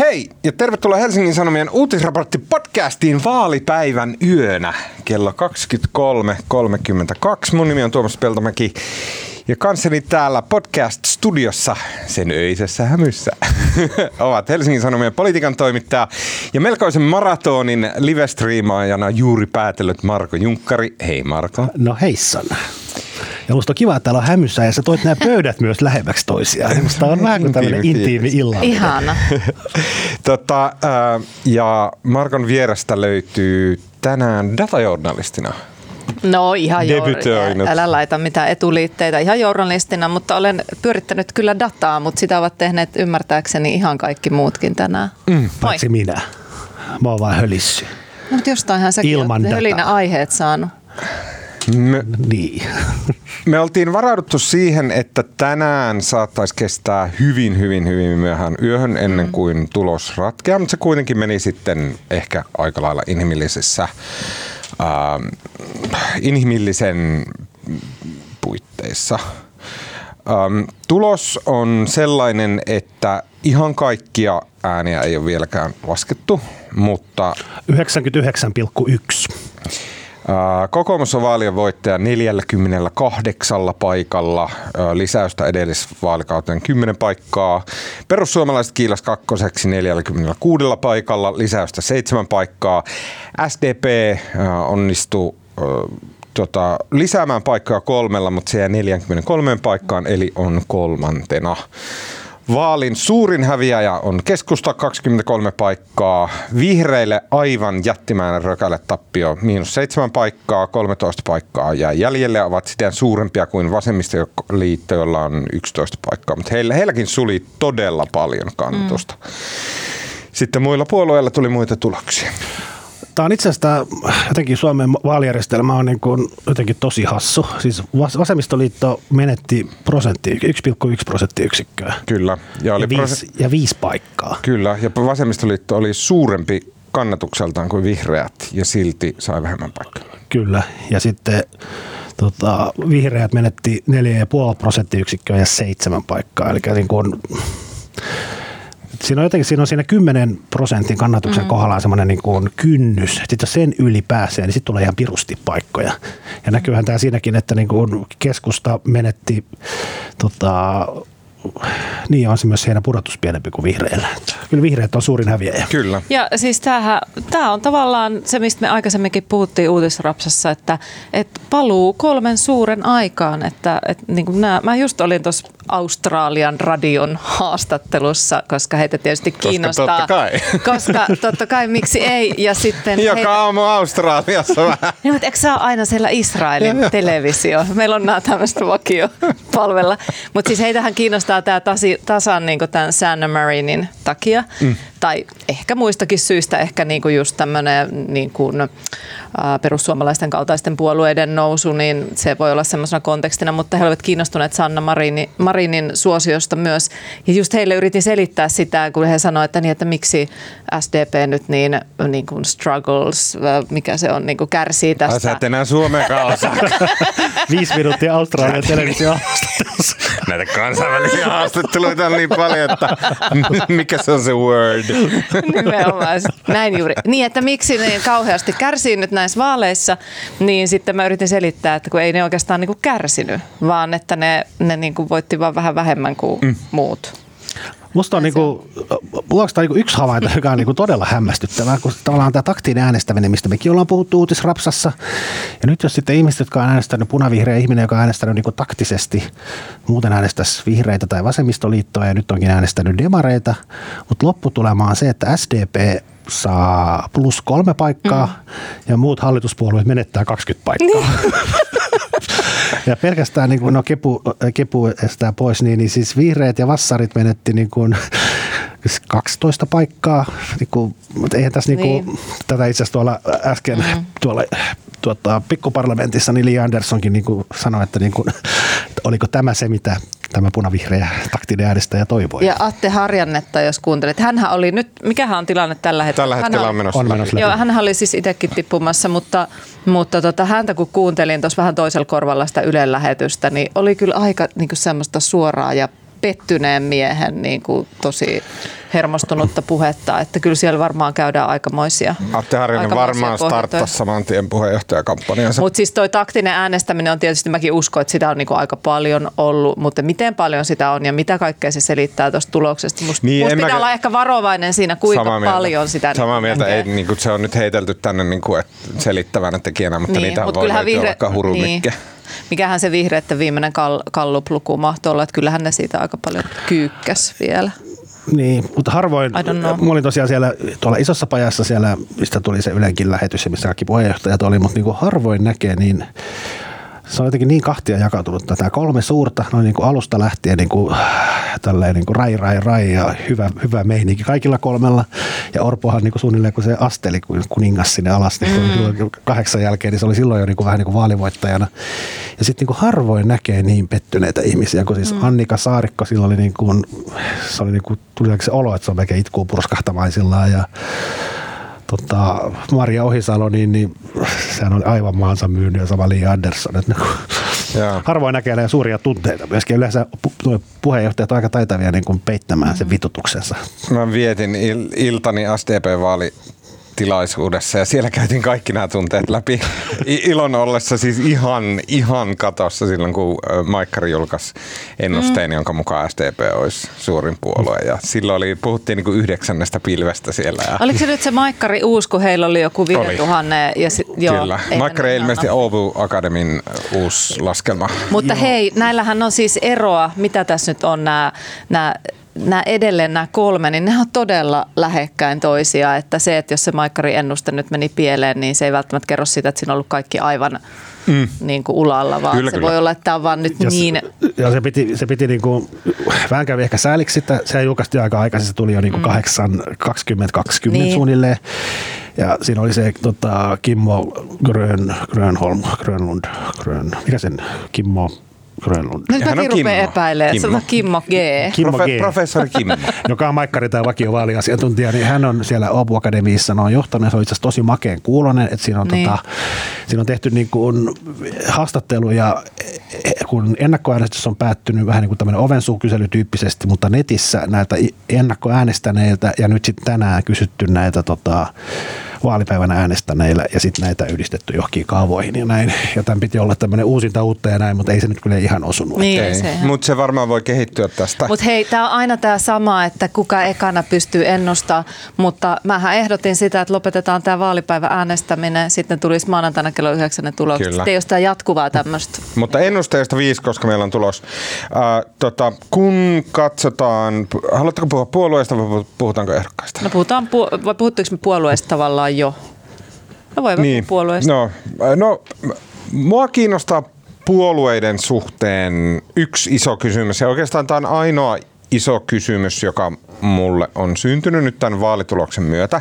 Hei ja tervetuloa Helsingin Sanomien uutisraportti-podcastiin vaalipäivän yönä kello 23.32. Mun nimi on Tuomas Peltomäki ja kanssani täällä podcast-studiossa sen öisessä hämyssä ovat Helsingin Sanomien politiikan toimittaja ja melkoisen maratonin live-striimaajana juuri päätellyt Marko Junkkari. Hei Marko. No heissan. Ja musta on kiva, että täällä on hämyssä ja sä toit nämä pöydät myös lähemmäksi toisiaan. Musta on vähän kuin tämmöinen intiimi illallinen. Ihana. Ja Markon vierestä löytyy tänään datajournalistina. No ihan älä laita mitään etuliitteitä ihan journalistina, mutta olen pyörittänyt kyllä dataa, mutta sitä ovat tehneet ymmärtääkseni ihan kaikki muutkin tänään. Paitsi minä. Mä oon vaan hölissy. No, mutta jostainhan säkin olet hölinä aiheet saanut. Me oltiin varauduttu siihen, että tänään saattaisi kestää hyvin myöhään yöhön ennen kuin tulos ratkeaa, mutta se kuitenkin meni sitten ehkä aika lailla inhimillisen puitteissa. Tulos on sellainen, että ihan kaikkia ääniä ei ole vieläkään laskettu, mutta 99,1. Kokoomus on vaalien voittaja 48 paikalla, lisäystä edellisvaalikauteen 10 paikkaa. Perussuomalaiset kiilas kakkoseksi 46 paikalla, lisäystä 7 paikkaa. SDP onnistui lisäämään paikkaa 3, mutta se jäi 43 paikkaan, eli on kolmantena. Vaalin suurin häviäjä on keskusta 23 paikkaa, vihreille aivan jättimäinen rökäle tappio -7 paikkaa, 13 paikkaa ja jäljelle ovat siten suurempia kuin vasemmistoliitto, jolla on 11 paikkaa, mutta heilläkin suli todella paljon kannatusta. Sitten muilla puolueilla tuli muita tuloksia. Tämä on itse asiassa jotenkin Suomen vaalijärjestelmä on niin kuin jotenkin tosi hassu. Siis vasemmistoliitto menetti 1,1 prosenttiyksikköä. Kyllä. Ja 5 paikkaa. Kyllä, ja vasemmistoliitto oli suurempi kannatukseltaan kuin vihreät ja silti sai vähemmän paikkaa. Kyllä, ja sitten vihreät menetti 4,5 prosenttiyksikköä ja 7 paikkaa. Eli niin kuin Siinä on siinä 10% kannatuksen kohdalla semmoinen niin kuin kynnys. Sitten jos sen yli pääsee, niin sitten tulee ihan pirusti paikkoja. Ja näkyyhän tämä siinäkin, että niin kuin keskusta menetti, niin on se myös heidän pudotus pienempi kuin vihreillä. Kyllä vihreät on suurin häviäjä. Kyllä. Ja siis tämä on tavallaan se, mistä me aikaisemminkin puhuttiin Uutisrapsassa, että paluu 3 suuren aikaan. Että niin kuin mä just olin tuossa Australian radion haastattelussa, koska heitä tietysti kiinnostaa. Koska totta kai, miksi ei. Ja sitten joka aamu Australiassa vähän. No, mutta eikö sä ole aina siellä Israelin televisio? Meillä on nämä tämmöistä vakiopalvella. Mutta siis heitähän kiinnostaa tämä tasan niin tämän Sanna Marinin takia. Tai ehkä muistakin syistä, ehkä niin kuin just tämmöinen niin kuin perussuomalaisten kaltaisten puolueiden nousu, niin se voi olla semmoisena kontekstina, mutta he olivat kiinnostuneet Sanna Marinin suosiosta myös. Ja just heille yritin selittää sitä, kun he sanoivat, että miksi SDP nyt niin kuin struggles, mikä se on, niin kuin kärsii tästä. Sä et enää suomenkaan osaa. 5 minuuttia Australian televisio-haastattelussa. Näitä kansainvälisiä haastatteluita on niin paljon, että mikä se on se word? Nimenomaan. Näin juuri. Niin, että miksi ne kauheasti kärsii nyt näissä vaaleissa, niin sitten mä yritin selittää, että kun ei ne oikeastaan niin kuin kärsinyt, vaan että ne niin kuin voitti vaan vähän vähemmän kuin muut. Musta on yksi havainto, joka on todella hämmästyttävää, kun tavallaan tämä taktinen äänestäminen, mistä mekin ollaan puhuttu Uutisrapsassa. Ja nyt jos sitten ihmiset, jotka on äänestänyt punavihreä ihminen, joka on äänestänyt taktisesti, muuten äänestäisi vihreitä tai vasemmistoliittoa ja nyt onkin äänestänyt demareita, mutta lopputulema on se, että SDP saa +3 paikkaa ja muut hallituspuolueet menettää 20 paikkaa. Ja pelkästään niin kuin kepu estää pois, niin siis vihreät ja vassarit menetti niin kuin 12 paikkaa. Mutta eihän tässä tätä itse asiassa tuolla äsken pikkuparlamentissa niin Li Anderssonkin sanoi, että oliko tämä se, mitä tämä punavihreä taktinen äänestäjä toivoi. Ja Atte Harjannetta, jos kuuntelet. Hänhän oli nyt, mikähän on tilanne tällä hetkellä? Tällä hetkellä on menossa läpi. Joo, hänhän oli siis itsekin tippumassa, mutta häntä kun kuuntelin tuossa vähän toisella korvalla sitä Ylen lähetystä, niin oli kyllä aika semmoista suoraa ja pettyneen miehen tosi hermostunutta puhetta, että kyllä siellä varmaan käydään aikamoisia. Atte Harjanne varmaan starttasi saman tien puheenjohtajakampanjansa. Mutta siis toi taktinen äänestäminen on tietysti, mäkin uskon, että sitä on niinku aika paljon ollut, mutta miten paljon sitä on ja mitä kaikkea se selittää tuosta tuloksesta. Musta pitää olla ehkä varovainen siinä, kuinka paljon sitä. Samaa mieltä, ei, niinku, se on nyt heitelty tänne niinku, selittävänä tekijänä, mutta niitä voi löytyä vaikka hurumikke. Mikähän se vihreiden viimeinen Gallup-luku mahtoi olla, että kyllähän ne siitä aika paljon kyykkäs vielä. Niin, mutta harvoin, mä olin tosiaan siellä tuolla isossa pajassa siellä, mistä tuli se Ylenkin lähetys ja missä kaikki puheenjohtajat oli, mutta niin kuin harvoin näkee, niin se on jotenkin niin kahtia jakautunut. Tämä 3 suurta, noin niin kuin alusta lähtien niin kuin, tälleen niin kuin rai ja hyvä meininki kaikilla 3. Ja Orpohan niin kuin suunnilleen, kun se asteli kuningas sinne alas niin 8 jälkeen, niin se oli silloin jo niin kuin, vähän niin kuin vaalivoittajana. Ja sitten niin kuin harvoin näkee niin pettyneitä ihmisiä, kun siis Annika Saarikko silloin oli niin kuin, se oli niin kuin, tuli se olo, että se on melkein itkuu purskahtamaisillaan ja Maria Ohisalo, niin sehän oli aivan maansa myynyt ja sama Li Andersson. Että harvoin näkee näin suuria tunteita. Myöskin yleensä puheenjohtajat on aika taitavia niin kuin peittämään sen vitutuksensa. Mä vietin iltani SDP-vaalitilaisuudessa ja siellä käytiin kaikki nämä tunteet läpi. Ilon ollessa siis ihan katossa silloin, kun Maikkari julkaisi ennusteen, jonka mukaan SDP olisi suurin puolue. Ja silloin puhuttiin niin kuin 9. pilvestä siellä. Ja oliko se nyt se Maikkari uusi, kun heillä oli joku 5000? Kyllä. Maikkari ilmeisesti Oulu Akademin uusi laskelma. Mutta hei, näillähän on siis eroa, mitä tässä nyt on nämä edelleen nämä 3, niin ne on todella lähekkäin toisia, että se, että jos se Maikkari ennuste nyt meni pieleen, niin se ei välttämättä kerro sitä, että siinä on ollut kaikki aivan niin kuin ulalla, vaan kyllä. Voi olla, että tämä on vaan nyt niin. Ja se piti niin kuin, vähän kävi ehkä sääliksi sitä, se julkaistiin aika aikaisin, se tuli jo niin kuin 2020 suunnilleen. Ja siinä oli se Kimmo Grönlund, nyt mäkin rupean epäilemään, se on Kimmo G. Professori Kimmo. Joka on Maikkari tai vakiovaaliasiantuntija, niin hän on siellä Åbo Akademiissa johtanut ja se on itse asiassa tosi makeen kuulonen, että siinä on, siinä on tehty niin kuin haastatteluja, kun ennakkoäänestys on päättynyt vähän niin kuin tämmöinen ovensuukyselytyyppisesti, mutta netissä näiltä ennakkoäänestäneiltä ja nyt sitten tänään kysytty näitä vaalipäivänä äänestäneillä ja sitten näitä yhdistetty johonkin kaavoihin ja näin. Ja tämän piti olla tämmöinen uusinta uutta ja näin, mutta ei se nyt kyllä ihan osunut. Niin, mutta se varmaan voi kehittyä tästä. Mutta hei, tämä on aina tämä sama, että kuka ekana pystyy ennustamaan, mutta mähän ehdotin sitä, että lopetetaan tämä vaalipäivä äänestäminen, sitten tulisi maanantaina kello 9 tulokset. Sitten ei ole sitä jatkuvaa tämmöistä. Mutta ennusteista 5, koska meillä on tulos. Kun katsotaan, haluatteko puhua puolueista vai puhutaanko ehdokkaista? No puhuttiinko me puolueista tavallaan jo? No voi puhua puolueista. No, mua kiinnostaa puolueiden suhteen yksi iso kysymys ja oikeastaan tämä on ainoa iso kysymys, joka mulle on syntynyt nyt tämän vaalituloksen myötä.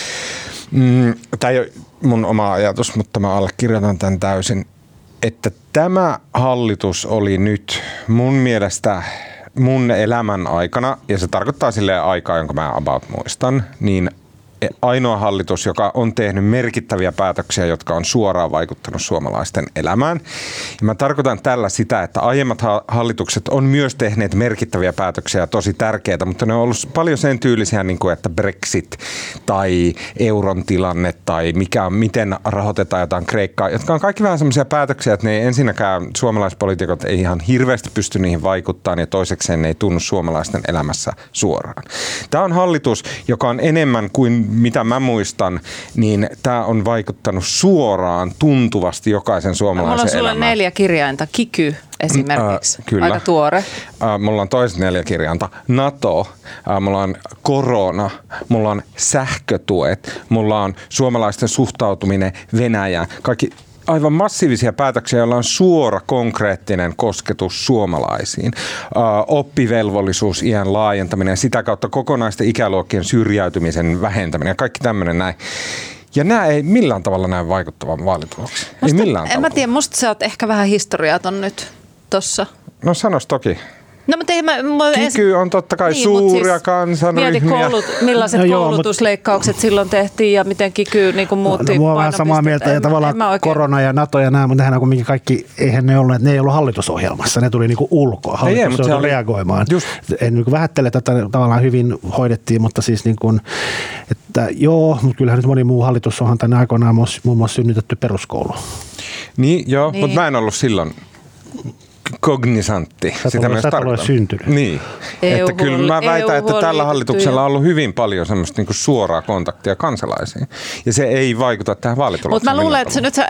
Tämä ei ole mun oma ajatus, mutta mä allekirjoitan tämän täysin, että tämä hallitus oli nyt mun mielestä mun elämän aikana, ja se tarkoittaa silleen aikaa, jonka mä about muistan, niin ainoa hallitus, joka on tehnyt merkittäviä päätöksiä, jotka on suoraan vaikuttanut suomalaisten elämään. Ja mä tarkoitan tällä sitä, että aiemmat hallitukset on myös tehneet merkittäviä päätöksiä, tosi tärkeitä, mutta ne on ollut paljon sen tyylisiä, niin kuin että Brexit tai euron tilanne tai miten rahoitetaan jotain Kreikkaa, jotka on kaikki vähän semmoisia päätöksiä, että ne ei ensinnäkään suomalaispoliitikot ei ihan hirveästi pysty niihin vaikuttamaan ja toisekseen ne ei tunnu suomalaisten elämässä suoraan. Tämä on hallitus, joka on enemmän kuin mitä mä muistan, niin tämä on vaikuttanut suoraan tuntuvasti jokaisen suomalaisen elämään. Mulla on sulle 4 kirjainta. Kiky esimerkiksi. Kyllä. Aika tuore. Mulla on toiset 4 kirjainta. NATO, mulla on korona, mulla on sähkötuet, mulla on suomalaisten suhtautuminen Venäjään. Kaikki aivan massiivisia päätöksiä, joilla on suora konkreettinen kosketus suomalaisiin. Oppivelvollisuus, iän laajentaminen, sitä kautta kokonaisten ikäluokkien syrjäytymisen vähentäminen ja kaikki tämmöinen näin. Ja nämä ei millään tavalla näe vaikuttavan vaalituloksiin. En mä tiedä, musta sä oot ehkä vähän historiaton nyt tossa. No sanos toki. No, mutta Kiky on totta kai suuria kansanryhmiä. Millaiset koulutusleikkaukset silloin tehtiin ja miten Kiky niin muutti. Mua on vähän samaa mieltä ja tavallaan korona ja NATO ja nämä, mutta nehän on kuitenkin kaikki, eihän ne ollut, ne ei ollut hallitusohjelmassa, ne tuli niin ulkoa. Hallitus joutui reagoimaan. En niin vähättele tätä, tavallaan hyvin hoidettiin, mutta siis niin kuin, että joo, mutta kyllähän nyt moni muu hallitus onhan tänne aikoinaan muun muassa synnytetty peruskoulu. Niin, joo, niin. Mutta mä en ollut silloin kognisantti. Sitä myös tarkoitan. Syntynyt. Niin. Että kyllä mä väitän, että tällä hallituksella on ollut hyvin paljon semmoista niinku suoraa kontaktia kansalaisiin. Ja se ei vaikuta tähän vaalitulokseen. Mutta mä luulen, että se nyt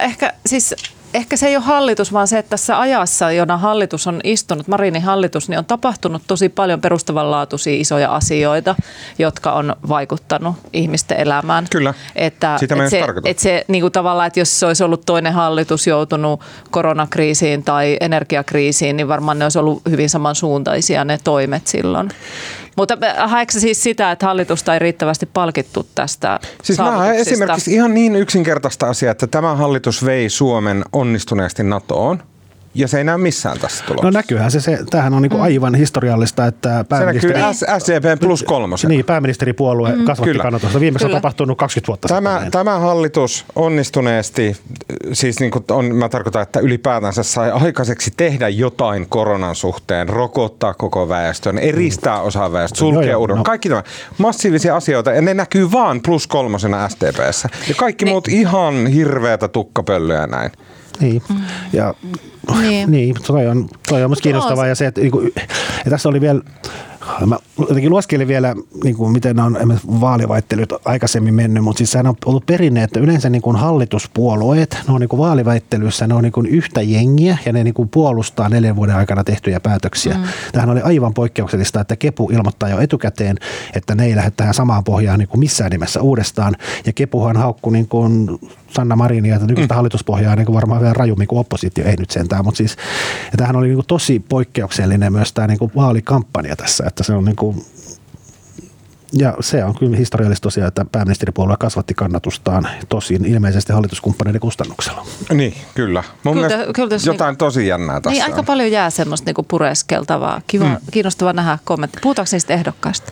ehkä se ei ole hallitus, vaan se, että tässä ajassa, jona hallitus on istunut, Marinin hallitus, niin on tapahtunut tosi paljon perustavanlaatuisia isoja asioita, jotka on vaikuttanut ihmisten elämään. Kyllä, sitä mä tarkoitan. Että se niin kuin tavallaan, että jos se olisi ollut toinen hallitus joutunut koronakriisiin tai energiakriisiin, niin varmaan ne olisi ollut hyvin samansuuntaisia ne toimet silloin. Mutta haeeko siis sitä, että hallitusta ei riittävästi palkittu tästä siis saavutuksista? Esimerkiksi ihan niin yksinkertaista asiaa, että tämä hallitus vei Suomen onnistuneesti NATOon. Ja se ei näy missään tässä tuloksessa. No näkyyhän se tämähän on niinku aivan historiallista, että pääministeri... Se näkyy SDP plus 3. Niin, pääministeripuolue kasvatti kannatusta. Viimeksi on tapahtunut 20 vuotta sitten. Tämä hallitus onnistuneesti, siis niin kuin mä tarkoitan, että ylipäätänsä sai aikaiseksi tehdä jotain koronan suhteen, rokottaa koko väestön, eristää osa väestöä, sulkea uuden. Kaikki tämä massiivisia asioita, ja ne näkyy vaan plus 3 SDP:ssä. Ja kaikki muut ihan hirveätä tukkapöllöä ja näin. Niin, ja niin, toi on myös kiinnostavaa ja se, että ja tässä oli vielä, mä jotenkin lueskelin vielä, niin kuin miten on vaaliväittelyt aikaisemmin mennyt, mutta siis sehän on ollut perinne, että yleensä niin kuin hallituspuolueet, ne on niin kuin vaaliväittelyissä, ne on niin kuin yhtä jengiä ja ne niin kuin puolustaa 4 vuoden aikana tehtyjä päätöksiä. Tämähän oli aivan poikkeuksellista, että Kepu ilmoittaa jo etukäteen, että ne ei lähde tähän samaan pohjaan niin kuin missään nimessä uudestaan ja Kepuhan haukkui niin kuin Sanna Marinia, että nykyistä hallituspohjaa niin kuin varmaan vielä rajummin kuin oppositio, ei nyt sentään, mutta siis ja tämähän oli niin kuin tosi poikkeuksellinen myös tämä niin kuin vaalikampanja tässä, että se on niin kuin, ja se on kyllä historiallista tosiaan, että pääministeripuolue kasvatti kannatustaan tosin ilmeisesti hallituskumppaneiden kustannuksella. Niin, kyllä. Mun mielestä jotain tosi jännää tässä niin, aika paljon jää semmoista niinku pureskeltavaa. Kiinnostavaa nähdä kommentti. Puhutaanko niistä ehdokkaista?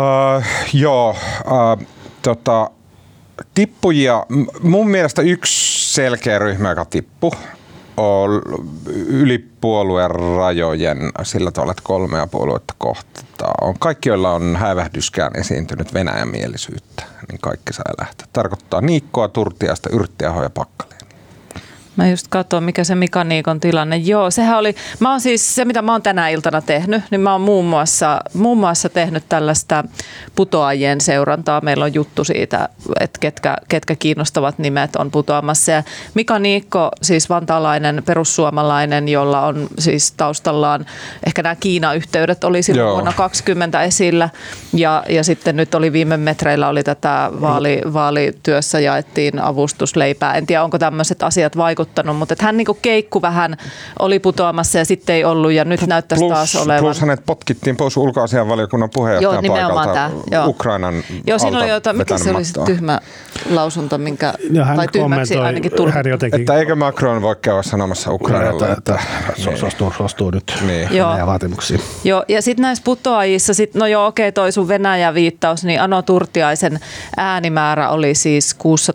Tippujia, mun mielestä yksi selkeä ryhmä, joka tippui, on yli puolueen rajojen sillä tavalla, että 3 puoluetta kohtaa. Kaikki, joilla on häivähdyskään esiintynyt venäjämielisyyttä, niin kaikki sai lähteä. Tarkoittaa Niikkoa, Turtiaista, Yrttiahoa ja Pakkaleenia. Mä just katson, mikä se Mika Niikon tilanne. Joo, sehän oli, mä oon siis se, mitä mä oon tänä iltana tehnyt, niin mä oon muun muassa tehnyt tällaista putoajien seurantaa. Meillä on juttu siitä, että ketkä kiinnostavat nimet on putoamassa. Ja Mika Niikko, siis vantaalainen perussuomalainen, jolla on siis taustallaan ehkä nämä Kiina-yhteydet oli silloin vuonna 2020 esillä. Ja sitten nyt oli viime metreillä oli tätä vaalityössä jaettiin avustusleipää. En tiedä, onko tämmöiset asiat vaikuttanut, mutta hän niinku keikku vähän, oli putoamassa ja sitten ei ollut ja nyt näyttäisi taas olevan. Plus hänet potkittiin pois ulkoasiainvaliokunnan puheenjohtajan paikalta Ukrainan Joo, siinä oli jotain, mikä se oli se tyhmä lausunto, minkä, tai tyhmäksi ainakin tullut. Että eikö Macron voi käydä sanomassa Ukrainalle, että suostuu nyt Venäjän vaatimuksiin. Joo, ja sitten näissä putoajissa, toi sun Venäjä-viittaus, niin Ano Turtiaisen äänimäärä oli siis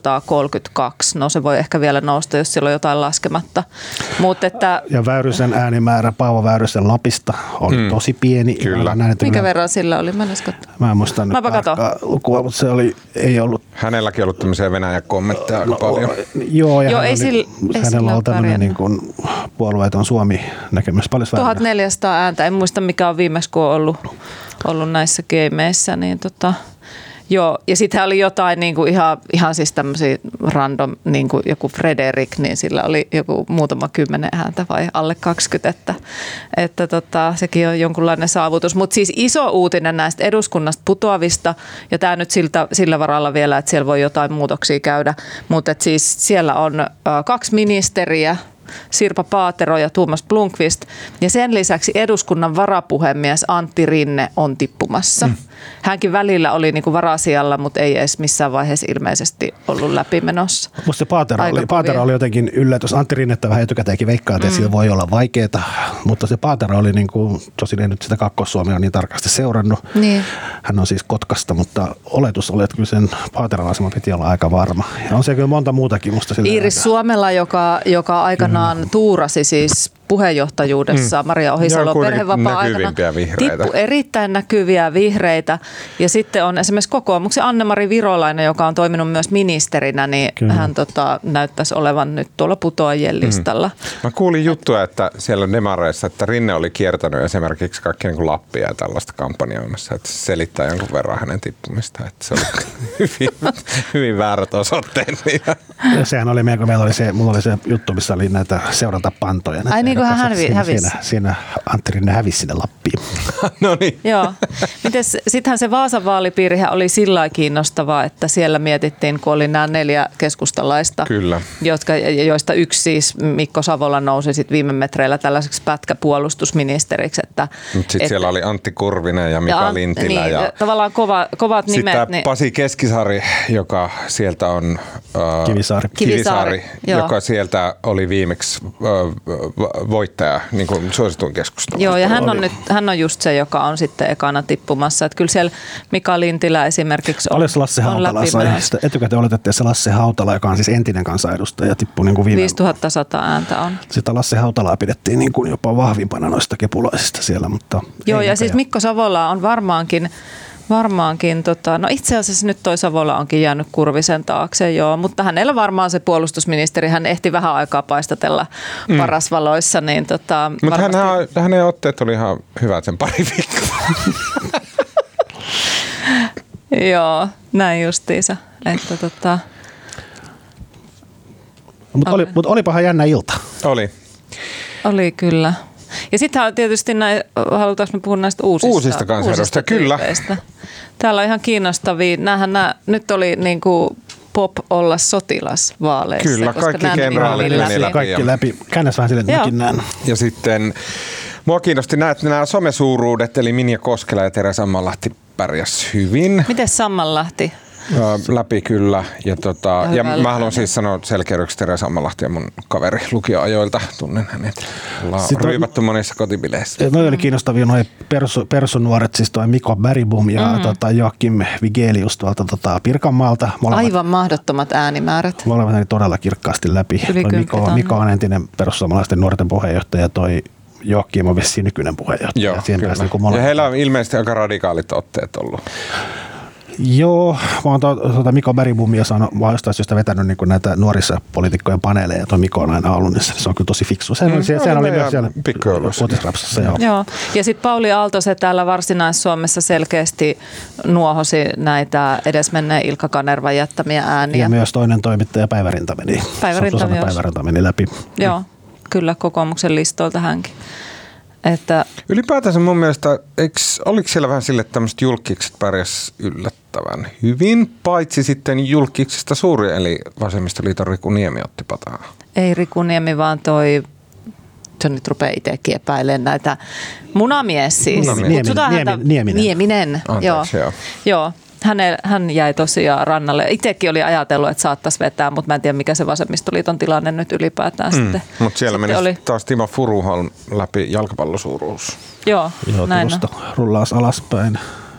632. No se voi ehkä vielä nousta, jos siellä on jotain laskematta. Ja Väyrysen äänimäärä Paavo Väyrysen Lapista oli tosi pieni. Kyllä. Minkä verran sillä oli? Mä en muista nyt lukua, mutta se ei ollut. Hänelläkin ollut tämmöisiä Venäjä-kommentteja aika paljon. Joo, ja hänellä on tämmöinen niin kuin puolueeton Suomi-näkemys paljon vääränä. 1400 ääntä. En muista, mikä on viimeksi, kun on ollut näissä gameissa. Niin joo, ja sitten oli jotain niin kuin ihan siis tämmöisiä random, niin kuin joku Frederik, niin sillä oli joku muutama 10 ääntä vai alle 20, että sekin on jonkunlainen saavutus. Mutta siis iso uutinen näistä eduskunnasta putoavista, ja tämä nyt sillä varalla vielä, että siellä voi jotain muutoksia käydä, mutta siis siellä on 2 ministeriä, Sirpa Paatero ja Thomas Blomqvist. Ja sen lisäksi eduskunnan varapuhemies Antti Rinne on tippumassa. Hänkin välillä oli niin kuin varasijalla, mutta ei edes missään vaiheessa ilmeisesti ollut läpimenossa. Musta se Paatero oli jotenkin yllätys. Antti Rinnettä vähän etukäteenkin veikkaa, että sillä voi olla vaikeaa, mutta se Paatero oli niin kuin, tosin ei nyt sitä Kaakkois-Suomea niin tarkasti seurannut. Niin. Hän on siis Kotkasta, mutta oletus oli, että kyllä sen Paateron asema piti olla aika varma. Ja on se kyllä monta muutakin musta. Iiris Suomela, joka aikanaan tuurasi siis puheenjohtajuudessa Maria Ohisalo perhevapaa-aikana. Tippu erittäin näkyviä vihreitä. Ja sitten on esimerkiksi kokoomuksen Anne-Mari Virolainen, joka on toiminut myös ministerinä, niin kyllä. Hän näyttäisi olevan nyt tuolla putoajien listalla. Mä kuulin juttua, että siellä demareissa, että Rinne oli kiertänyt esimerkiksi kaikki niin kuin Lappia ja tällaista kampanjoimassa, että se selittää jonkun verran hänen tippumista, että se oli hyvin väärät osoitteet. Ja sehän oli, mulla oli se juttu, missä oli näitä seurantapantoja. Ai niin kuin hän hävisi. Siinä Antti Rinne hävisi sinne Lappiin. No niin. Joo. Sittenhän se Vaasan vaalipiirihän oli sillä lailla kiinnostavaa, että siellä mietittiin, kun oli nämä 4 keskustalaista, kyllä. Joista yksi siis Mikko Savola nousi sit viime metreillä tällaiseksi pätkäpuolustusministeriksi. Sitten siellä oli Antti Kurvinen ja Mika Lintilä. Niin, ja tavallaan kovat nimet. Sitten Pasi Keskisaari, joka sieltä on Kivisaari, joka sieltä oli viimeksi voittaja niin kuin suosituin keskustelu. Joo, ja hän on just se, joka on sitten ekana tippumassa. Että kyllä siellä Mika Lintilä esimerkiksi on Lasse Hautala etukäteen oletettiin, että se Lasse Hautala, joka on siis entinen kansanedustaja, tippui niin kuin 5100 ääntä on. Sitä Lasse Hautalaa pidettiin niin kuin jopa vahvimpana noista kepulaisista siellä, mutta joo, ja siis Mikko Savola on varmaankin, no itse asiassa nyt toi Savola onkin jäänyt Kurvisen taakse, joo, mutta hänellä varmaan se puolustusministeri, hän ehti vähän aikaa paistatella parasvaloissa, niin mutta hänen otteet oli ihan hyvät sen pari viikkoa. Joo, näin justiinsa, että Mutta olipahan jännä ilta. Oli kyllä. Ja sittenhän tietysti halutaanko me puhua näistä uusista kansanedustajista, kyllä. Täällä on ihan kiinnostavia. Nyt oli niin kuin pop olla sotilas vaaleissa. Kyllä, kaikki kenraalit meni läpi. Kaikki läpi. Käännäs vähän sille, että mäkin näen. Ja sitten mua kiinnosti nämä somesuuruudet, eli Minja Koskela ja Tere Sammanlahti pärjäs hyvin. Miten Sammanlahti? Läpi kyllä. Ja mä haluan siis sanoa selkeydeksi, Tere Sammanlahti ja mun kaveri lukioajoilta. Tunnen hänet. Ollaan ryypätty monissa kotibileissä. Noi oli kiinnostavia noi persunuoret, siis toi Mikko Bergbom ja Joakim Vigelius tuolta Pirkanmaalta. Aivan mahdottomat äänimäärät. Molemmat meni todella kirkkaasti läpi. Mikko on entinen perussuomalaisten nuorten puheenjohtaja, toi Joakim on vissiin nykyinen puheenjohtaja. Joo, kyllä. Ja heillä on ilmeisesti aika radikaalit otteet ollut. Joo, mä oon Mikko Bergbomia mä oon jostain syystä vetänyt niin näitä nuorissa poliitikkojen paneeleja, ja tuo Mikko on aina ollut, niin se on kyllä tosi fiksu. Sehän oli myös siellä Uutisrapsassa. Joo. Ja sitten Pauli Aalto, se täällä Varsinais-Suomessa selkeästi nuohosi näitä edesmenneen Ilkka Kanervan jättämiä ääniä. Ja myös toinen toimittaja Päivärinta meni läpi. Joo, kyllä kokoomuksen listoilta hänkin. Ylipäätänsä mun mielestä, oliko siellä vähän sille, että tämmöiset julkkikset pärjäs yllättävän hyvin, paitsi sitten julkkiksesta suuri, eli Vasemmistoliiton Riku Niemi otti pataa. Ei Riku Niemi, vaan se nyt rupeaa itsekin epäilemään näitä munamies siis. Nieminen. Anteeksi, joo. Hän jäi tosiaan rannalle. Itsekin oli ajatellut, että saattaisi vetää, mutta mä en tiedä, mikä se Vasemmistoliiton tilanne nyt ylipäätään sitten. Mutta siellä meni taas Timo Furuholm läpi jalkapallosuuruus. Joo, näin on. Rullaas alaspäin.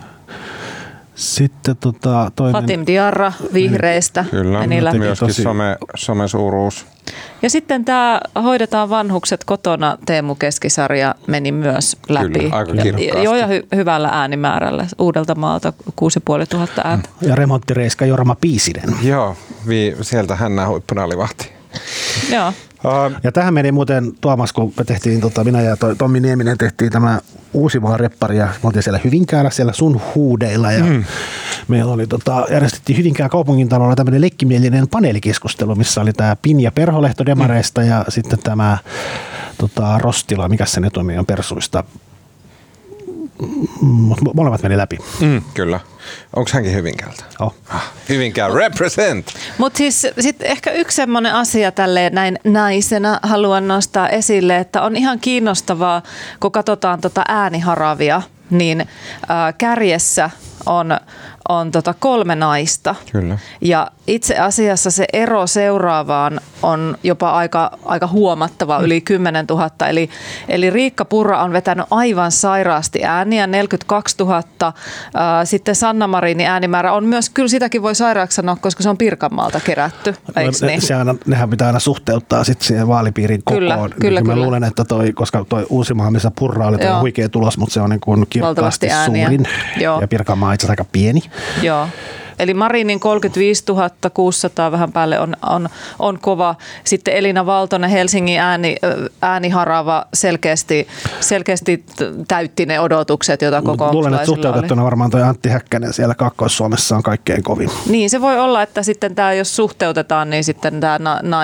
Sitten toinen... Fatim Diarra vihreistä meni läpi. Myöskin somesuuruus. Ja sitten tämä Hoidetaan vanhukset kotona Teemu Keskisarja meni myös läpi. Kyllä, aika kirkkaasti. Joo, ja hyvällä äänimäärällä. Uudeltamaalta 6500 ääntä. Ja remonttireiska Jorma Piisinen. Joo, sieltä hän huippunaalivahti. Joo. Ja tähän meni muuten, Tuomas, kun me tehtiin, minä ja Tommi Nieminen tehtiin tämä Uusimaan reppari, ja me oltiin siellä Hyvinkäällä, siellä sun huudeilla, ja meillä oli, järjestettiin Hyvinkään kaupungintalolla tämmöinen leikkimielinen paneelikeskustelu, missä oli tämä Pinja Perholehto demareista, ja sitten tämä Rostila, mikä sen etuimi on persuista. Molemmat meni läpi. Kyllä. Onko hänkin Hyvinkäältä? Hyvinkään represent! Mutta siis sitten ehkä yksi semmoinen asia tälleen näin naisena haluan nostaa esille, että on ihan kiinnostavaa, kun katsotaan ääniharavia, niin kärjessä on 3 naista. Kyllä. Ja itse asiassa se ero seuraavaan on jopa aika huomattava, yli 10 000. Eli Riikka Purra on vetänyt aivan sairaasti ääniä, 42 000. Sitten Sanna Marinin äänimäärä on myös, kyllä sitäkin voi sairaaksi sanoa, koska se on Pirkanmaalta kerätty, eikö niin? Nehän pitää aina suhteuttaa sitten siihen vaalipiirin kokoon. Kyllä. Mä luulen, että koska toi Uusimaa, missä Purra oli huikea tulos, mutta se on niin kuin kirkkaasti suurin. Joo. Ja Pirkanmaa on itse asiassa aika pieni. Joo. Eli Marinin 35 600 vähän päälle on kova. Sitten Elina Valtonen, Helsingin ääniharava selkeästi täytti ne odotukset, joita kokoomuslaisilla oli. Luulen, että suhteutettuna varmaan toi Antti Häkkänen siellä Kaakkois-Suomessa on kaikkein kovin. Niin, se voi olla, että sitten tämä, jos suhteutetaan, niin sitten tämä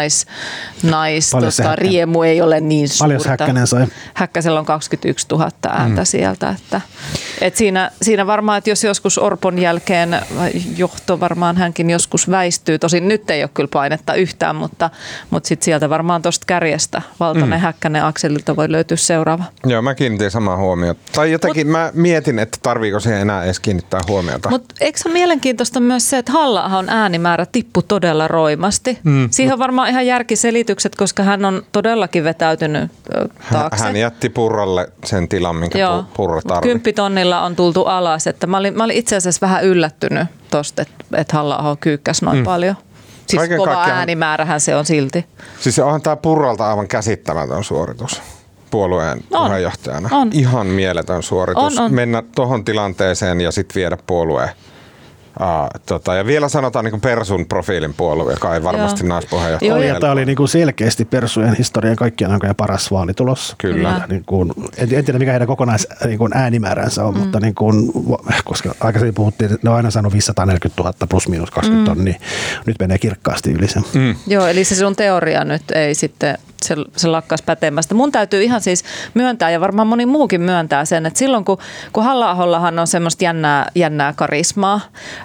riemu ei ole niin suurta. Paljon Häkkänen sai? Häkkäsellä on 21 000 ääntä sieltä. Että siinä varmaan, että jos joskus Orpon jälkeen johto varmaan hänkin joskus väistyy. Tosin nyt ei ole kyllä painetta yhtään, mutta sitten sieltä varmaan tuosta kärjestä Valtonen, Häkkänen, Akselilta voi löytyä seuraava. Joo, mä kiinnitin samaa huomiota. Tai jotenkin mä mietin, että tarviiko siihen enää edes kiinnittää huomiota. Mutta eikö se ole mielenkiintoista myös se, että Halla-ahon äänimäärä tippui todella roimasti? Siihen on varmaan ihan järkiselitykset, koska hän on todellakin vetäytynyt taakse. Hän jätti Purralle sen tilan, minkä Purra tarvitsi. 10 tonnilla on tultu alas. Että mä olin itse asiassa vähän yllättynyt tosta, että Halla-aho kyykkäsi noin paljon. Siis kaiken kova kaikkiaan äänimäärähän se on silti. Siis onhan tämä Purralta aivan käsittämätön suoritus puolueen puheenjohtajana. On. Ihan mieletön suoritus. On. Mennä tuohon tilanteeseen ja sitten viedä puolueen. Ja vielä sanotaan niin kuin Persun profiilin puolue, joka ei varmasti naispuheenjohtaja. Ja tämä oli niin kuin selkeästi Persujen historian kaikkien aikojen paras vaalitulos. Kyllä. Niin kuin, en tiedä mikä heidän äänimääränsä on, mutta niin kuin, koska aikaisemmin puhuttiin, että ne on aina saanut 540 000 plus miinus 20 tonnia, nyt menee kirkkaasti yli sen. Joo, eli se sun teoria nyt ei sitten, se lakkaisi pätemästä. Mun täytyy ihan siis myöntää, ja varmaan moni muukin myöntää sen, että silloin kun Halla-ahollahan on semmoista jännää karismaa,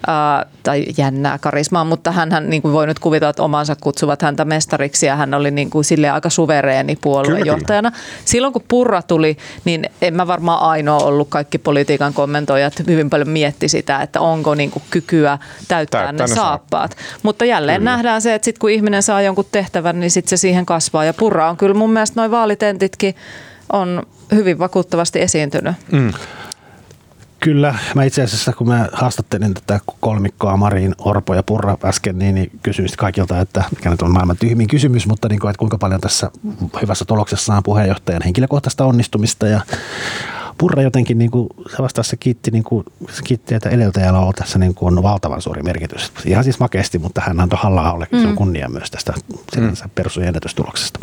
mutta hänhän niin kuin voi nyt kuvitella, että omansa kutsuvat häntä mestariksi, ja hän oli niin kuin silleen aika suvereeni puoluejohtajana. Silloin kun Purra tuli, niin en mä varmaan ainoa ollut, kaikki politiikan kommentoijat hyvin paljon mietti sitä, että onko niin kuin kykyä täyttää ne saappaat. Mutta jälleen nähdään se, että sit kun ihminen saa jonkun tehtävän, niin sit se siihen kasvaa. Ja Purra on kyllä mun mielestä noi vaalitentitkin on hyvin vakuuttavasti esiintynyt. Kyllä. Mä itse asiassa, kun mä haastattelin tätä kolmikkoa Marin, Orpo ja Purra äsken, niin kysyin kaikilta, että mikä nyt on maailman tyhmin kysymys, mutta niin kuin, että kuinka paljon tässä hyvässä tuloksessa on puheenjohtajan henkilökohtaista onnistumista. Ja Purra jotenkin, niin kuin, se vastasi, se kiitti, että edeltäjällä on tässä niin kuin valtavan suuri merkitys. Ihan siis makeasti, mutta hän antoi Halla-aholle se on kunnia myös tästä Persujen ennätystuloksesta.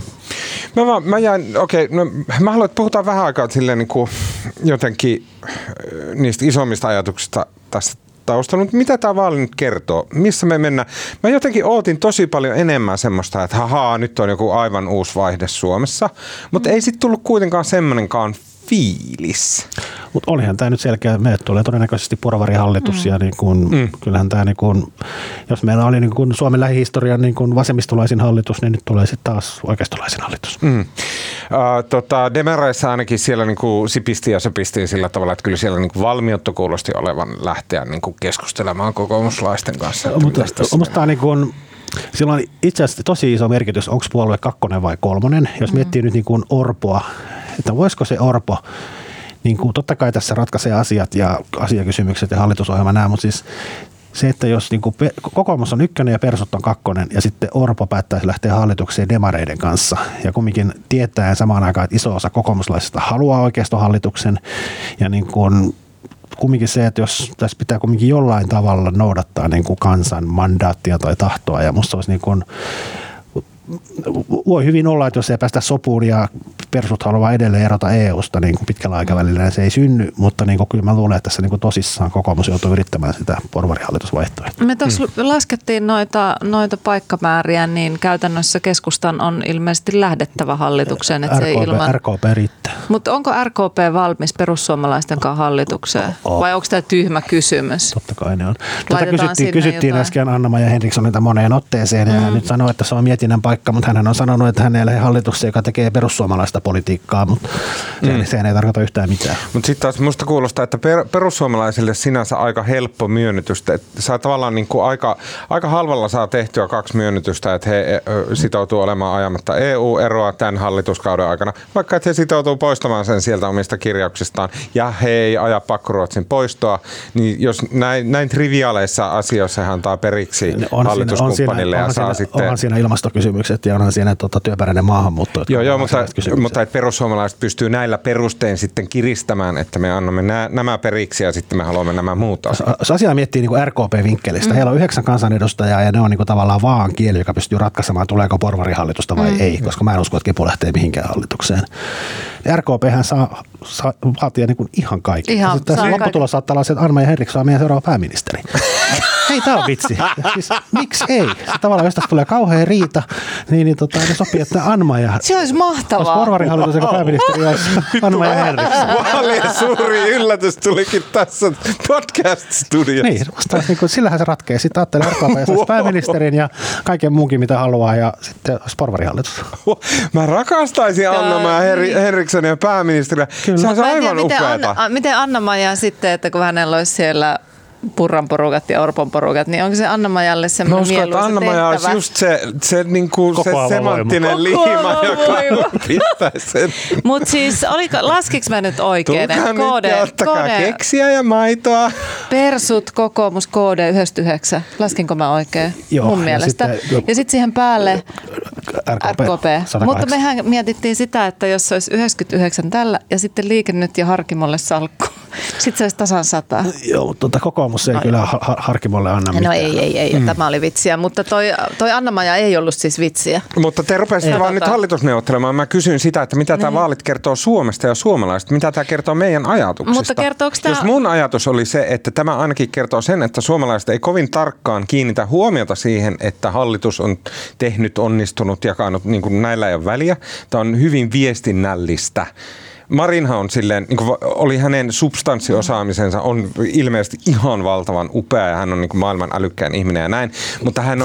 Mä haluan, että puhutaan vähän aikaa silleen niin kuin jotenkin niistä isommista ajatuksista tässä taustalla. Mutta mitä tämä vaali nyt kertoo? Missä me mennään? Mä jotenkin ootin tosi paljon enemmän semmoista, että nyt on joku aivan uusi vaihde Suomessa. Mutta ei sitten tullut kuitenkaan semmoinenkaan fiilis. Mutta olihan tämä nyt selkeä, meille tulee todennäköisesti porvarihallitus ja niin kun, kyllähän tämä, niin kun, jos meillä oli niin kun Suomen lähihistorian niin kun vasemmistolaisin hallitus, niin nyt tulee sitten taas oikeistolaisin hallitus. Demareissa ainakin siellä niin kuin sipisti ja söpisti sillä tavalla, että kyllä siellä niin kuin valmiutta kuulosti olevan lähteä niin kuin keskustelemaan kokoomuslaisten kanssa. Mutta niin kun, sillä on itse asiassa tosi iso merkitys, onko puolue 2 vai 3. Jos miettii nyt niin kuin Orpoa, että voisiko se Orpo, niin kuin totta kai tässä ratkaisee asiat ja asiakysymykset ja hallitusohjelma nämä, mutta siis se, että jos niin kuin kokoomus on 1 ja Persut on 2 ja sitten Orpo päättäisi lähteä hallitukseen demareiden kanssa ja kumminkin tietää samaan aikaan, että iso osa kokoomuslaisista haluaa oikeistohallituksen ja niin kuin kumminkin se, että jos tässä pitää kumminkin jollain tavalla noudattaa niin kuin kansan mandaattia tai tahtoa ja musta olisi niin kuin voi hyvin olla, että jos ei päästä sopuun ja persut haluaa edelleen erota EUsta niin kuin pitkällä aikavälillä, niin se ei synny, mutta niin kuin, kyllä mä luulen, että tässä niin kuin tosissaan kokoomus joutuu yrittämään sitä porvarihallitusvaihtoehtoa. Me tuossa laskettiin noita paikkamääriä, niin käytännössä keskustan on ilmeisesti lähdettävä hallitukseen. Että RKP riittää. Mutta onko RKP valmis perussuomalaisten kanssa hallitukseen? Vai onko tämä tyhmä kysymys? Totta kai ne on. Tätä kysyttiin äsken Anna-Maja Henrikssonilta moneen otteeseen ja hän nyt sanoi, että se on mietinnän paikka, mutta hän on sanonut, että hän ei lähde hallitukseen, joka tekee perussuomalaista politiikkaa, mutta se ei tarkoita yhtään mitään. Mutta sitten taas musta kuulostaa, että perussuomalaisille sinänsä aika helppo myönnytystä. Että saa tavallaan niin kuin aika halvalla saa tehtyä 2 myönnytystä, että he sitoutuu olemaan ajamatta EU-eroa tämän hallituskauden aikana, vaikka että he sitoutuu poistamaan sen sieltä omista kirjauksistaan ja he ei aja pakkoruotsin poistoa, niin jos näin triviaaleissa asioissa hän antaa periksi hallituskumppanille ja saa sitten... Onhan siinä ilmastokysymykset ja onhan siinä työperäinen maahanmuutto. Joo, mutta että perussuomalaiset pystyy näillä perustein sitten kiristämään, että me annamme nämä periksi ja sitten me haluamme nämä muut asiat. Jos asiaa miettii niin RKP-vinkkelistä, heillä on 9 kansanedustajaa ja ne on niin kuin tavallaan vaan kieli, joka pystyy ratkaisemaan, tuleeko porvarihallitusta vai ei, koska mä en usko, että Kepu lähtee mihinkään hallitukseen. RKPhän saa vaatia niin kuin ihan kaikki. Lopputulos saattaa olla se, että Anna-Maja Henriksson on meidän seuraava pääministeri. Hei, tää on vitsi. Siis, miksi ei? Se tavallaan, jos tästä tulee kauhean riita, niin ne sopii, että Anna-Maja... Se olisi mahtavaa. Jos porvarihallitus, joka pääministeri olisi Anna-Maja Henriksson. Vaalien suuri yllätys tulikin tässä podcast-studiossa. Niin, sillähän se ratkee. Sitten ajattelee RKP ja saisi pääministerin ja kaiken muunkin, mitä haluaa, ja sitten olisi porvarihallitus. Mä rakastaisin Anna-Maja Henrikssonia pääministeriä. Se on aivan upeata. Miten Anna-Maja sitten, että kun hänellä olisi siellä Purran porukat ja Orpon porukat, niin onko se Anna-Majalle semmoinen mieluisa tehtävä? Anna-Maja olisi just se semanttinen liima, joka pistäisi sen. Mutta siis, laskiks mä nyt oikein? Tulkaa nyt ja ottakaa keksiä ja maitoa. Persut, kokoomus, KD 99. Laskinko mä oikein? Joo, mun mielestä. Ja sitten siihen päälle RKP. Mutta mehän mietittiin sitä, että jos se olisi 99 tällä ja sitten Liike Nyt ja Harkimolle salkku. Sitten se olisi tasan 100. Joo, mutta kokoomus ei kyllä Harkimolle anna mitään. No ei. Tämä oli vitsiä, mutta toi Anna-Maja ei ollut siis vitsiä. Mutta te rupesitte vaan nyt hallitusneuvottelemaan. Mä kysyn sitä, että mitä tämä vaalit kertoo Suomesta ja suomalaisista. Mitä tämä kertoo meidän ajatuksista? Mutta kertooko tämä... Jos mun ajatus oli se, että tämä ainakin kertoo sen, että suomalaiset ei kovin tarkkaan kiinnitä huomiota siihen, että hallitus on tehnyt, onnistunut, jakanut, niin kuin näillä ei ole väliä. Tämä on hyvin viestinnällistä. Marinhan on silleen, niin kuin oli hänen substanssiosaamisensa, on ilmeisesti ihan valtavan upea ja hän on niin kuin maailman älykkäin ihminen ja näin, mutta hän on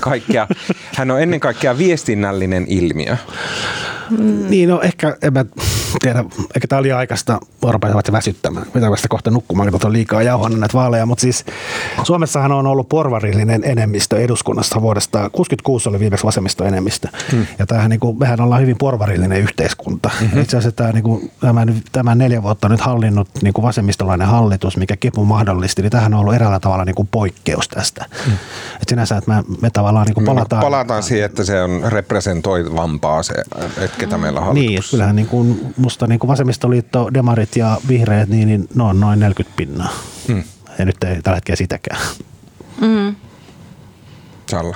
ennen kaikkea viestinnällinen ilmiö. Niin, no ehkä, en mä tiedä, ehkä tämä on liian aikaista vuoropäivät väsyttämään. Pitää vasta kohta nukkumaan, kun on liikaa jauhannut näitä vaaleja, mutta siis Suomessahan on ollut porvarillinen enemmistö eduskunnassa vuodesta 1966 oli viimeksi vasemmistoenemmistö. Ja tämähän, niin kuin, mehän ollaan hyvin porvarillinen yhteiskunta. Itse asiassa tämä 4 vuotta nyt hallinnut niin kuin vasemmistolainen hallitus, mikä Kepu mahdollisti, niin tämähän on ollut eräällä tavalla niin kuin poikkeus tästä. Et sinänsä, että me tavallaan niin kuin palataan siihen, että se on representoivampaa se, että ketä meillä on hallitus. Niin, kyllähän niin kuin, musta niin kuin vasemmistoliitto, demarit ja vihreät, niin ne on noin 40%. Ja nyt ei tällä hetkellä sitäkään. Salla.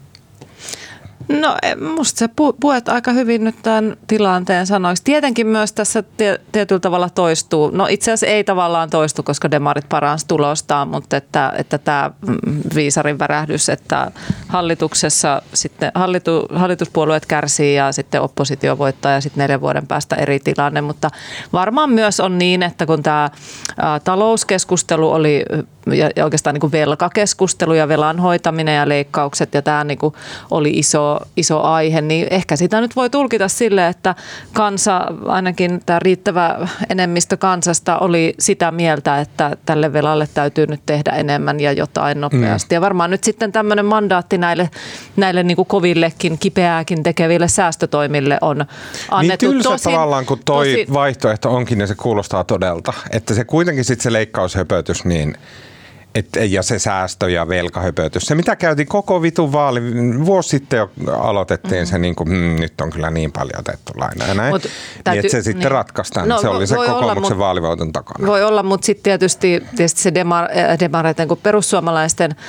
No musta sä puet aika hyvin nyt tämän tilanteen sanoiksi. Tietenkin myös tässä tietyllä tavalla toistuu. No itse asiassa ei tavallaan toistu, koska demarit paransi tulostaan, mutta että tämä viisarin värähdys, että hallituksessa sitten hallituspuolueet kärsii ja sitten oppositio voittaa ja sitten 4 vuoden päästä eri tilanne. Mutta varmaan myös on niin, että kun tämä talouskeskustelu oli ja oikeastaan niin kuin velkakeskustelu ja velan hoitaminen ja leikkaukset ja tämä niin kuin oli iso aihe, niin ehkä sitä nyt voi tulkita sille, että kansa, ainakin tämä riittävä enemmistö kansasta oli sitä mieltä, että tälle velalle täytyy nyt tehdä enemmän ja jotain nopeasti. Ja varmaan nyt sitten tämmöinen mandaatti näille niin kuin kovillekin, kipeääkin tekeville säästötoimille on annettu. Niin tylsä tavallaan, kun toi vaihtoehto onkin ja se kuulostaa todelta, että se kuitenkin sitten se leikkaushöpötys niin... ja se säästö ja velkahöpötys. Se mitä käytiin koko vitun vaali, vuosi sitten jo aloitettiin se niin kuin, nyt on kyllä niin paljon otettu lainaa ja näin. Niin, että se sitten ratkaistaan. No, se oli se kokoomuksen vaalivoiton takana. Voi olla, mutta sitten tietysti se demareiden kuin perussuomalaisten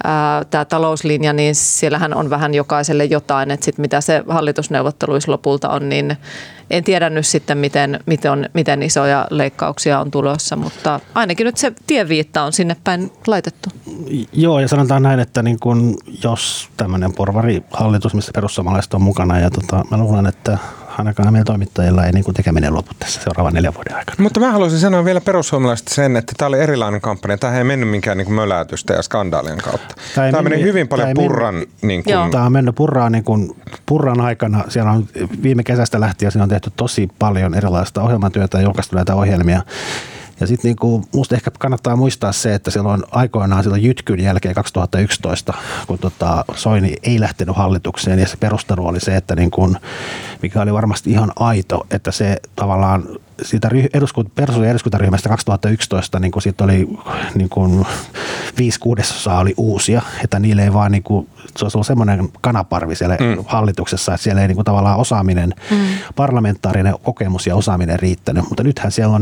tämä talouslinja, niin siellähän on vähän jokaiselle jotain, että sit mitä se hallitusneuvotteluissa lopulta on, niin en tiedä nyt sitten, miten isoja leikkauksia on tulossa, mutta ainakin nyt se tieviitta on sinne päin laitettu. Joo, ja sanotaan näin, että niin kun, jos tämmöinen porvarihallitus, missä perussuomalaiset on mukana, ja mä luulen, että ainakaan meillä toimittajilla ei niin kuin tekeminen lopu tässä seuraavan 4 vuoden aikana. Mutta mä haluaisin sanoa vielä perussuomalaisista sen, että tämä oli erilainen kampanja. Tämä ei mennyt minkään niin kuin möläytystä ja skandaalien kautta. Tämä meni hyvin paljon Purran. Tämä on mennyt Purraan, niin kuin Purran aikana. Siellä on viime kesästä lähtien siinä on tehty tosi paljon erilaista ohjelmatyötä ja julkaistu näitä ohjelmia. Ja sitten niinku, musta ehkä kannattaa muistaa se, että silloin aikoinaan silloin Jytkyn jälkeen 2011, kun Soini ei lähtenyt hallitukseen, ja se perustelu oli se, että niinku, mikä oli varmasti ihan aito, että se tavallaan siitä eduskuntaryhmästä 2011 niin siitä oli niin 5/6 oli uusia, että niille ei vaan se olisi ollut semmoinen kanaparvi siellä hallituksessa, että siellä ei tavallaan osaaminen, parlamentaarinen kokemus ja osaaminen riittänyt, mutta nythän siellä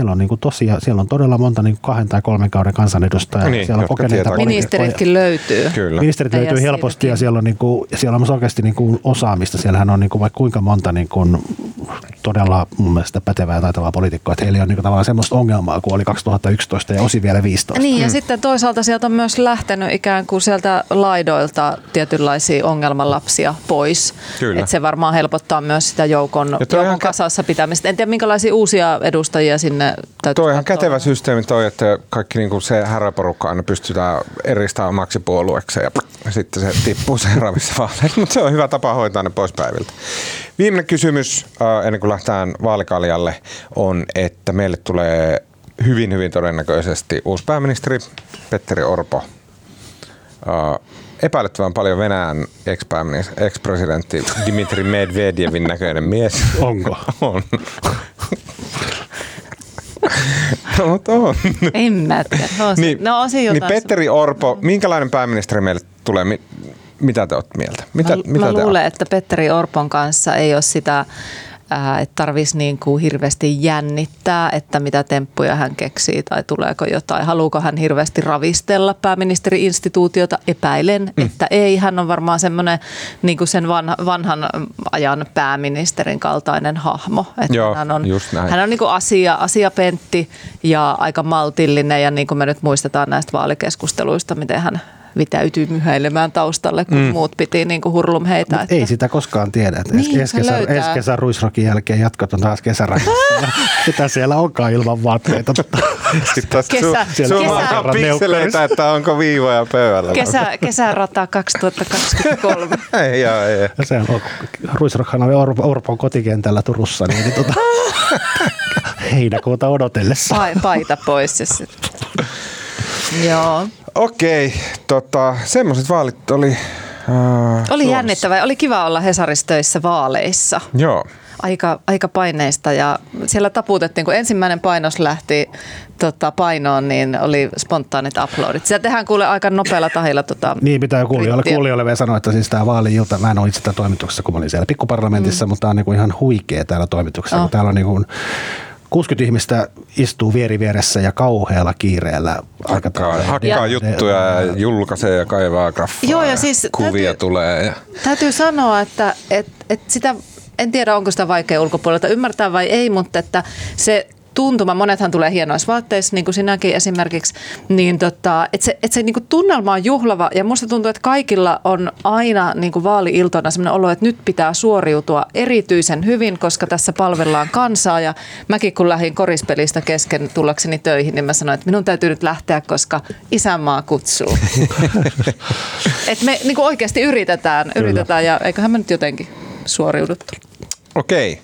on todella monta 2 tai 3 kauden kansanedustajaa. Niin, siellä on kokeneita ministeritkin löytyy. Kyllä. Ministerit löytyy helposti ja siellä on myös oikeasti osaamista. Siellähän on vaikka kuinka monta todella mun mielestä pätevää taitavaa poliitikkoa, että heillä on tavallaan semmoista ongelmaa kuin oli 2011 ja osin vielä 15. Niin ja sitten toisaalta sieltä on myös lähtenyt ikään kuin sieltä laidoilta tietynlaisia ongelmalapsia pois. Että se varmaan helpottaa myös sitä joukon kasassa pitämistä. En tiedä minkälaisia uusia edustajia sinne täytyy. Tuo on ihan kätevä systeemi toi, että kaikki se häröporukka aina pystytään eristämään omaksi puolueeksi ja sitten se tippuu seuraavissa vaaleissa. Mutta se on hyvä tapa hoitaa ne pois päiviltä. Viimeinen kysymys ennen kuin lähdetään vaalikaljalle on, että meille tulee hyvin, hyvin todennäköisesti uusi pääministeri Petteri Orpo. Epäilyttävän paljon Venäjän ex-presidentti Dmitri Medvedevin näköinen mies. Onko? On. No, mutta on. En mä tiedä. Niin Petteri Orpo, minkälainen pääministeri meille tulee? Mitä te olette mieltä? Mä luulen, että Petteri Orpon kanssa ei ole sitä, että tarvitsisi niin kuin hirveästi jännittää, että mitä temppuja hän keksii tai tuleeko jotain. Haluuko hän hirveästi ravistella pääministeri-instituutiota? Epäilen, että ei. Hän on varmaan semmoinen niin kuin sen vanhan ajan pääministerin kaltainen hahmo. Että joo, hän on, just näin. hän on niin kuin asiapentti ja aika maltillinen ja niin kuin me nyt muistetaan näistä vaalikeskusteluista, miten hän vitäytyy myhäilemään taustalle, kun muut piti niin kuin hurlumheitä. Että ei sitä koskaan tiedä. Niin, ensi kesän Ruisrokin jälkeen jatkot on taas kesärannassa. Mitä siellä onkaan ilman vaatteita? Suomaan pikseleitä, että onko viivoja pöydällä. Kesärata 2023. ei. Se on, Ruisrokhan oli Orpon kotikentällä Turussa, niin heinäkuuta odotellessa. Paita pois. Joo. Okei, semmoiset vaalit oli oli jännittävää. Oli kiva olla Hesarissa töissä vaaleissa. Joo. Aika paineista ja siellä taputettiin, kun ensimmäinen painos lähti painoon, niin oli spontaanit uploadit. Sitä tehdään kuule aika nopealla tahilla. Niin pitää kuulijoille vielä sanoa, että siis tämä vaali-ilta, mä en ole itse tämän toimituksessa, kun mä olin siellä pikkuparlamentissa, mutta tämä on ihan huikea täällä toimituksessa, kun täällä on 60 ihmistä istuu vieressä ja kauhealla kiireellä. Hakkaa juttuja ja julkaisee ja kaivaa graffaa. Joo, ja siis kuvia tulee. Täytyy sanoa, että sitä, en tiedä onko sitä vaikea ulkopuolelta ymmärtää vai ei, mutta että se tuntuma, monethan tulee hienoissa vaatteissa, niin kuin sinäkin esimerkiksi, niin että se niin kuin tunnelma on juhlava ja musta tuntuu, että kaikilla on aina niin kuin vaali-iltona sellainen olo, että nyt pitää suoriutua erityisen hyvin, koska tässä palvellaan kansaa ja mäkin kun lähdin korispelistä kesken tullakseni töihin, niin mä sanoin, että minun täytyy nyt lähteä, koska isänmaa kutsuu. Että me niin kuin oikeasti yritetään ja eiköhän me nyt jotenkin suoriuduttu. Okei.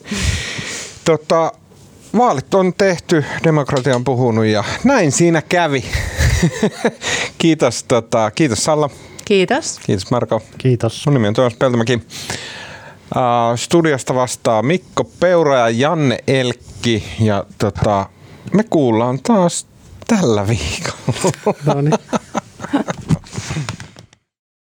Vaalit on tehty, demokratia on puhunut ja näin siinä kävi. Kiitos Salla. Kiitos. Kiitos Marko. Kiitos. Mun nimi on Tuomas Peltomäki. Studiosta vastaa Mikko Peura ja Janne Elkki ja me kuullaan taas tällä viikolla. No niin.